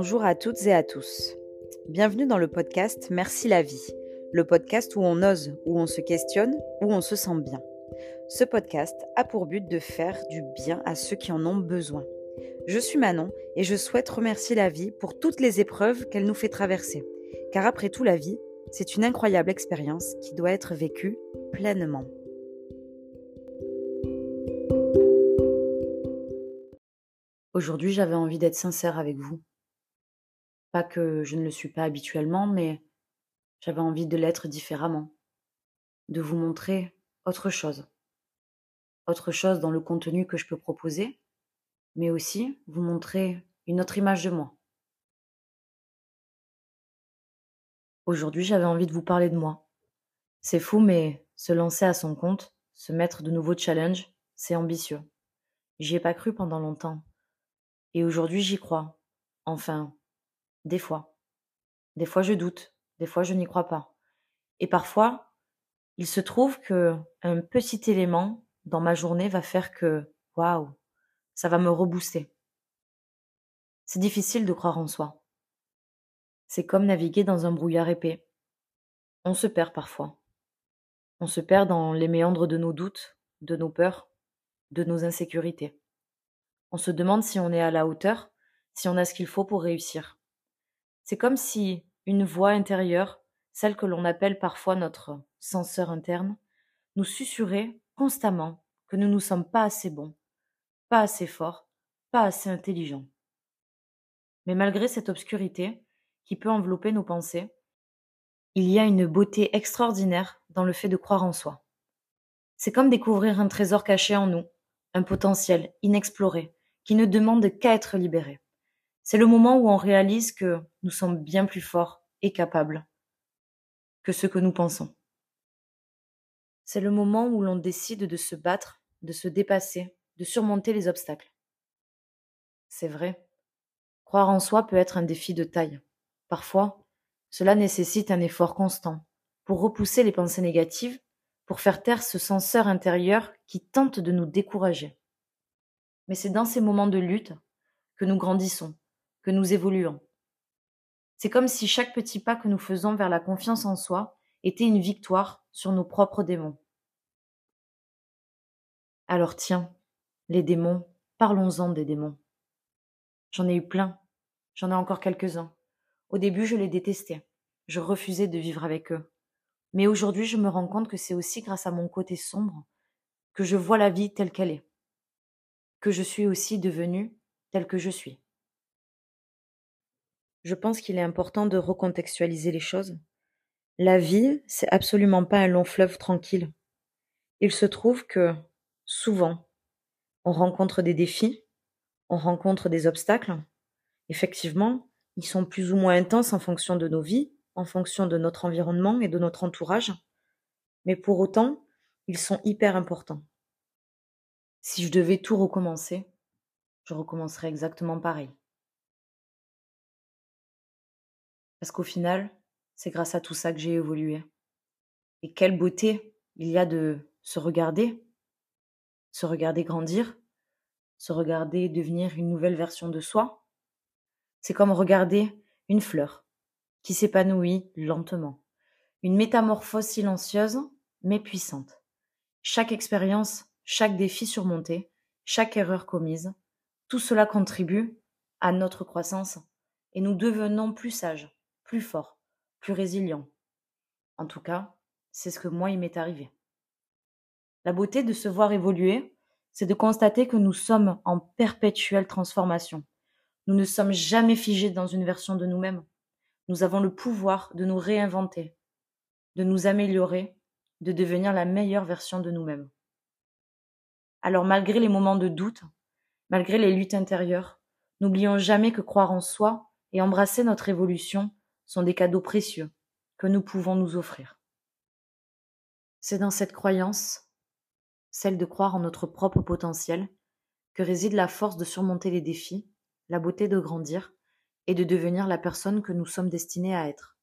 Bonjour à toutes et à tous. Bienvenue dans le podcast Merci la vie, le podcast où on ose, où on se questionne, où on se sent bien. Ce podcast a pour but de faire du bien à ceux qui en ont besoin. Je suis Manon et je souhaite remercier la vie pour toutes les épreuves qu'elle nous fait traverser. Car après tout, la vie, c'est une incroyable expérience qui doit être vécue pleinement. Aujourd'hui, j'avais envie d'être sincère avec vous. Pas que je ne le suis pas habituellement, mais j'avais envie de l'être différemment, de vous montrer autre chose. Autre chose dans le contenu que je peux proposer, mais aussi vous montrer une autre image de moi. Aujourd'hui, j'avais envie de vous parler de moi. C'est fou, mais se lancer à son compte, se mettre de nouveaux challenges, c'est ambitieux. J'y ai pas cru pendant longtemps. Et aujourd'hui, j'y crois. Enfin, des fois. Des fois, je doute. Des fois, je n'y crois pas. Et parfois, il se trouve que un petit élément dans ma journée va faire que, waouh, ça va me rebooster. C'est difficile de croire en soi. C'est comme naviguer dans un brouillard épais. On se perd parfois. On se perd dans les méandres de nos doutes, de nos peurs, de nos insécurités. On se demande si on est à la hauteur, si on a ce qu'il faut pour réussir. C'est comme si une voix intérieure, celle que l'on appelle parfois notre censeur interne, nous susurrait constamment que nous ne sommes pas assez bons, pas assez forts, pas assez intelligents. Mais malgré cette obscurité qui peut envelopper nos pensées, il y a une beauté extraordinaire dans le fait de croire en soi. C'est comme découvrir un trésor caché en nous, un potentiel inexploré, qui ne demande qu'à être libéré. C'est le moment où on réalise que nous sommes bien plus forts et capables que ce que nous pensons. C'est le moment où l'on décide de se battre, de se dépasser, de surmonter les obstacles. C'est vrai, croire en soi peut être un défi de taille. Parfois, cela nécessite un effort constant pour repousser les pensées négatives, pour faire taire ce censeur intérieur qui tente de nous décourager. Mais c'est dans ces moments de lutte que nous grandissons, que nous évoluons. C'est comme si chaque petit pas que nous faisons vers la confiance en soi était une victoire sur nos propres démons. Alors tiens, les démons, parlons-en des démons. J'en ai eu plein, j'en ai encore quelques-uns. Au début, je les détestais, je refusais de vivre avec eux. Mais aujourd'hui, je me rends compte que c'est aussi grâce à mon côté sombre que je vois la vie telle qu'elle est, que je suis aussi devenue telle que je suis. Je pense qu'il est important de recontextualiser les choses. La vie, c'est absolument pas un long fleuve tranquille. Il se trouve que, souvent, on rencontre des défis, on rencontre des obstacles. Effectivement, ils sont plus ou moins intenses en fonction de nos vies, en fonction de notre environnement et de notre entourage. Mais pour autant, ils sont hyper importants. Si je devais tout recommencer, je recommencerais exactement pareil. Parce qu'au final, c'est grâce à tout ça que j'ai évolué. Et quelle beauté il y a de se regarder grandir, se regarder devenir une nouvelle version de soi. C'est comme regarder une fleur qui s'épanouit lentement. Une métamorphose silencieuse, mais puissante. Chaque expérience, chaque défi surmonté, chaque erreur commise, tout cela contribue à notre croissance et nous devenons plus sages, plus forts, plus résilients. En tout cas, c'est ce que moi il m'est arrivé. La beauté de se voir évoluer, c'est de constater que nous sommes en perpétuelle transformation. Nous ne sommes jamais figés dans une version de nous-mêmes. Nous avons le pouvoir de nous réinventer, de nous améliorer, de devenir la meilleure version de nous-mêmes. Alors malgré les moments de doute, malgré les luttes intérieures, n'oublions jamais que croire en soi et embrasser notre évolution sont des cadeaux précieux que nous pouvons nous offrir. C'est dans cette croyance, celle de croire en notre propre potentiel, que réside la force de surmonter les défis, la beauté de grandir et de devenir la personne que nous sommes destinés à être.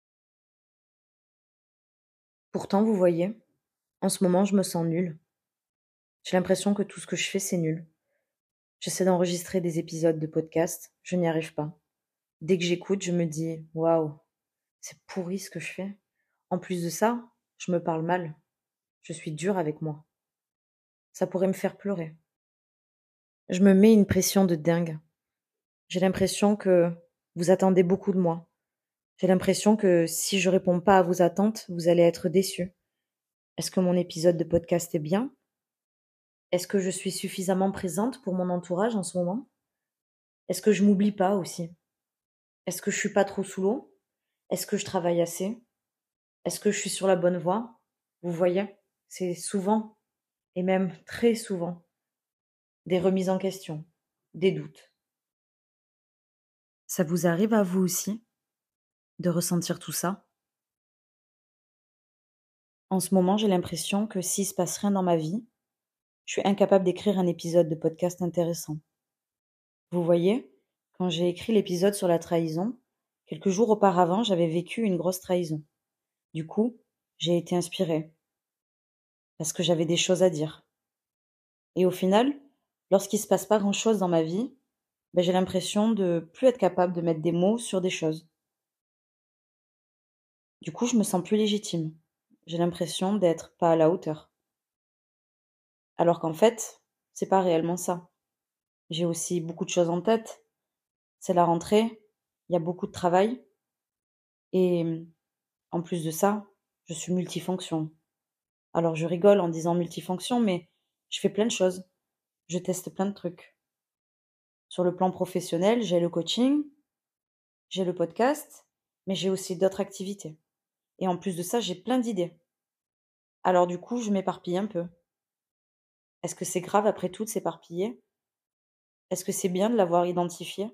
Pourtant, vous voyez, en ce moment, je me sens nulle. J'ai l'impression que tout ce que je fais, c'est nul. J'essaie d'enregistrer des épisodes de podcast, je n'y arrive pas. Dès que j'écoute, je me dis: «Waouh, c'est pourri ce que je fais». En plus de ça, je me parle mal. Je suis dure avec moi. Ça pourrait me faire pleurer. Je me mets une pression de dingue. J'ai l'impression que vous attendez beaucoup de moi. J'ai l'impression que si je réponds pas à vos attentes, vous allez être déçus. Est-ce que mon épisode de podcast est bien? Est-ce que je suis suffisamment présente pour mon entourage en ce moment? Est-ce que je m'oublie pas aussi? Est-ce que je suis pas trop sous l'eau? Est-ce que je travaille assez? Est-ce que je suis sur la bonne voie? Vous voyez? C'est souvent, et même très souvent, des remises en question, des doutes. Ça vous arrive à vous aussi de ressentir tout ça? En ce moment, j'ai l'impression que s'il se passe rien dans ma vie, je suis incapable d'écrire un épisode de podcast intéressant. Vous voyez, quand j'ai écrit l'épisode sur la trahison, quelques jours auparavant, j'avais vécu une grosse trahison. Du coup, j'ai été inspirée, parce que j'avais des choses à dire. Et au final, lorsqu'il se passe pas grand-chose dans ma vie, ben, j'ai l'impression de plus être capable de mettre des mots sur des choses. Du coup, je me sens plus légitime. J'ai l'impression d'être pas à la hauteur. Alors qu'en fait, c'est pas réellement ça. J'ai aussi beaucoup de choses en tête. C'est la rentrée, il y a beaucoup de travail et en plus de ça, je suis multifonction. Alors je rigole en disant multifonction, mais je fais plein de choses. Je teste plein de trucs. Sur le plan professionnel, j'ai le coaching, j'ai le podcast, mais j'ai aussi d'autres activités. Et en plus de ça, j'ai plein d'idées. Alors du coup, je m'éparpille un peu. Est-ce que c'est grave après tout de s'éparpiller? Est-ce que c'est bien de l'avoir identifié?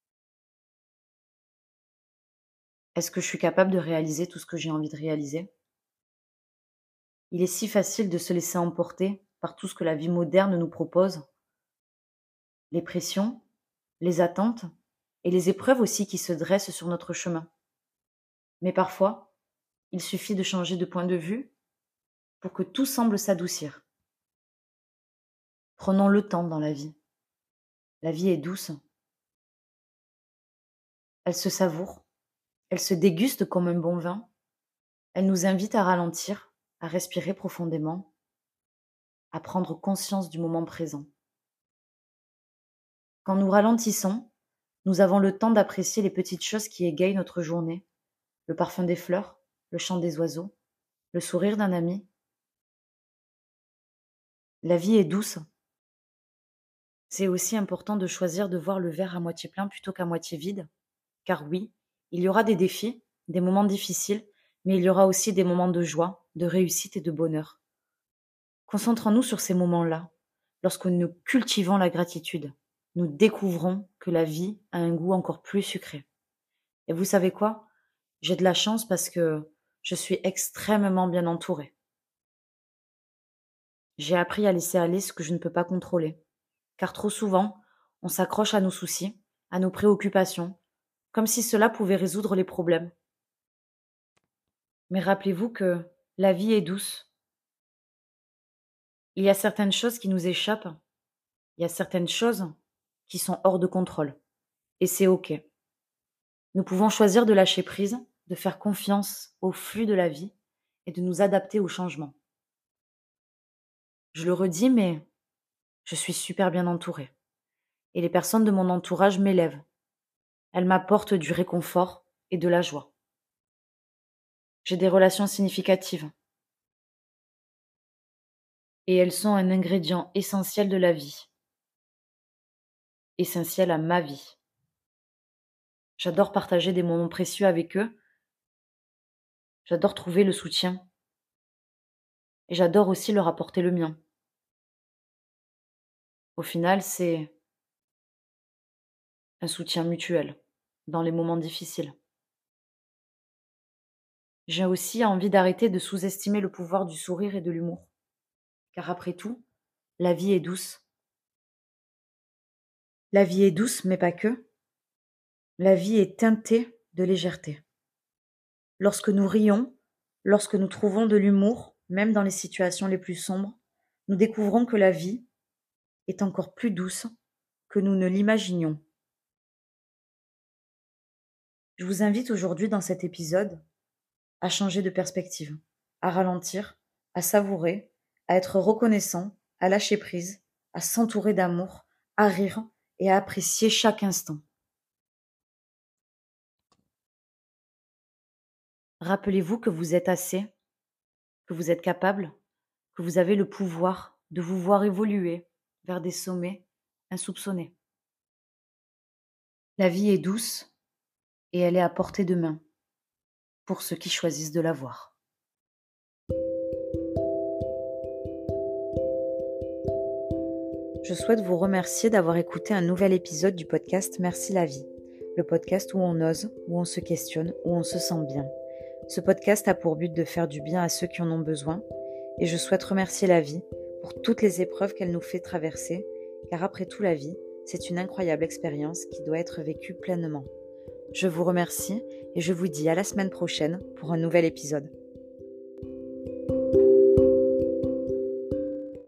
Est-ce que je suis capable de réaliser tout ce que j'ai envie de réaliser? Il est si facile de se laisser emporter par tout ce que la vie moderne nous propose, les pressions, les attentes et les épreuves aussi qui se dressent sur notre chemin. Mais parfois, il suffit de changer de point de vue pour que tout semble s'adoucir. Prenons le temps dans la vie. La vie est douce. Elle se savoure. Elle se déguste comme un bon vin. Elle nous invite à ralentir, à respirer profondément, à prendre conscience du moment présent. Quand nous ralentissons, nous avons le temps d'apprécier les petites choses qui égayent notre journée, le parfum des fleurs, le chant des oiseaux, le sourire d'un ami. La vie est douce. C'est aussi important de choisir de voir le verre à moitié plein plutôt qu'à moitié vide, car oui, il y aura des défis, des moments difficiles, mais il y aura aussi des moments de joie, de réussite et de bonheur. Concentrons-nous sur ces moments-là. Lorsque nous cultivons la gratitude, nous découvrons que la vie a un goût encore plus sucré. Et vous savez quoi? J'ai de la chance parce que je suis extrêmement bien entourée. J'ai appris à laisser aller ce que je ne peux pas contrôler. Car trop souvent, on s'accroche à nos soucis, à nos préoccupations, comme si cela pouvait résoudre les problèmes. Mais rappelez-vous que la vie est douce. Il y a certaines choses qui nous échappent, il y a certaines choses qui sont hors de contrôle. Et c'est OK. Nous pouvons choisir de lâcher prise, de faire confiance au flux de la vie et de nous adapter au changement. Je le redis, mais je suis super bien entourée. Et les personnes de mon entourage m'élèvent. Elles m'apportent du réconfort et de la joie. J'ai des relations significatives. Et elles sont un ingrédient essentiel de la vie, essentiel à ma vie. J'adore partager des moments précieux avec eux, j'adore trouver le soutien, et j'adore aussi leur apporter le mien. Au final, c'est un soutien mutuel dans les moments difficiles. J'ai aussi envie d'arrêter de sous-estimer le pouvoir du sourire et de l'humour, car après tout, la vie est douce. La vie est douce, mais pas que. La vie est teintée de légèreté. Lorsque nous rions, lorsque nous trouvons de l'humour, même dans les situations les plus sombres, nous découvrons que la vie est encore plus douce que nous ne l'imaginions. Je vous invite aujourd'hui dans cet épisode à changer de perspective, à ralentir, à savourer, à être reconnaissant, à lâcher prise, à s'entourer d'amour, à rire et à apprécier chaque instant. Rappelez-vous que vous êtes assez, que vous êtes capable, que vous avez le pouvoir de vous voir évoluer vers des sommets insoupçonnés. La vie est douce et elle est à portée de main pour ceux qui choisissent de la voir. Je souhaite vous remercier d'avoir écouté un nouvel épisode du podcast Merci la vie, le podcast où on ose, où on se questionne, où on se sent bien. Ce podcast a pour but de faire du bien à ceux qui en ont besoin et je souhaite remercier la vie pour toutes les épreuves qu'elle nous fait traverser, car après tout la vie, c'est une incroyable expérience qui doit être vécue pleinement. Je vous remercie et je vous dis à la semaine prochaine pour un nouvel épisode.